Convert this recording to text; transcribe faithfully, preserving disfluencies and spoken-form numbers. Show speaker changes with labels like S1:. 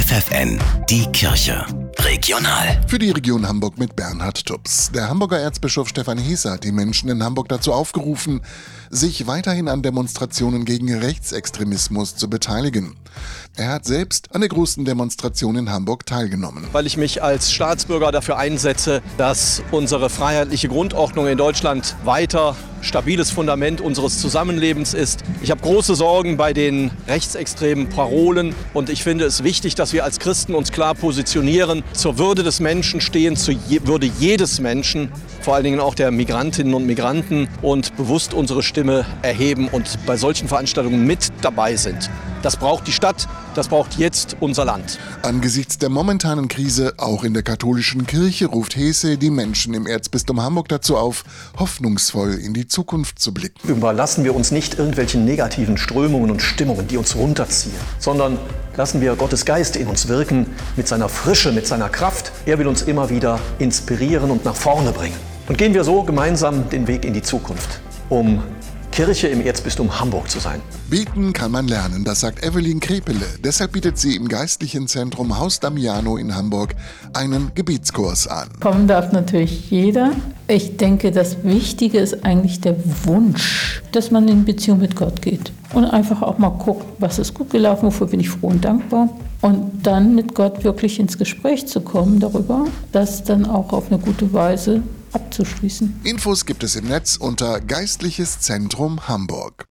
S1: F F N, die Kirche. Regional.
S2: Für die Region Hamburg mit Bernhard Tubbs. Der Hamburger Erzbischof Stefan Hesse hat die Menschen in Hamburg dazu aufgerufen, sich weiterhin an Demonstrationen gegen Rechtsextremismus zu beteiligen. Er hat selbst an der größten Demonstration in Hamburg teilgenommen.
S3: Weil ich mich als Staatsbürger dafür einsetze, dass unsere freiheitliche Grundordnung in Deutschland weiter stabiles Fundament unseres Zusammenlebens ist. Ich habe große Sorgen bei den rechtsextremen Parolen und ich finde es wichtig, dass wir als Christen uns klar positionieren, zur Würde des Menschen stehen, zur Je- Würde jedes Menschen, vor allen Dingen auch der Migrantinnen und Migranten, und bewusst unsere Stimme erheben und bei solchen Veranstaltungen mit dabei sind. Das braucht die Stadt, das braucht jetzt unser Land.
S2: Angesichts der momentanen Krise, auch in der katholischen Kirche, ruft Hesse die Menschen im Erzbistum Hamburg dazu auf, hoffnungsvoll in die Zukunft zu blicken.
S4: Überlassen wir uns nicht irgendwelchen negativen Strömungen und Stimmungen, die uns runterziehen, sondern lassen wir Gottes Geist in uns wirken, mit seiner Frische, mit seiner Kraft. Er will uns immer wieder inspirieren und nach vorne bringen. Und gehen wir so gemeinsam den Weg in die Zukunft, um Kirche im Erzbistum Hamburg zu sein.
S2: Beten kann man lernen, das sagt Evelyn Krepele. Deshalb bietet sie im geistlichen Zentrum Haus Damiano in Hamburg einen Gebetskurs an.
S5: Kommen darf natürlich jeder. Ich denke, das Wichtige ist eigentlich der Wunsch, dass man in Beziehung mit Gott geht. Und einfach auch mal guckt, was ist gut gelaufen, wofür bin ich froh und dankbar. Und dann mit Gott wirklich ins Gespräch zu kommen darüber, das dann auch auf eine gute Weise abzuschließen.
S2: Infos gibt es im Netz unter Geistliches Zentrum Hamburg.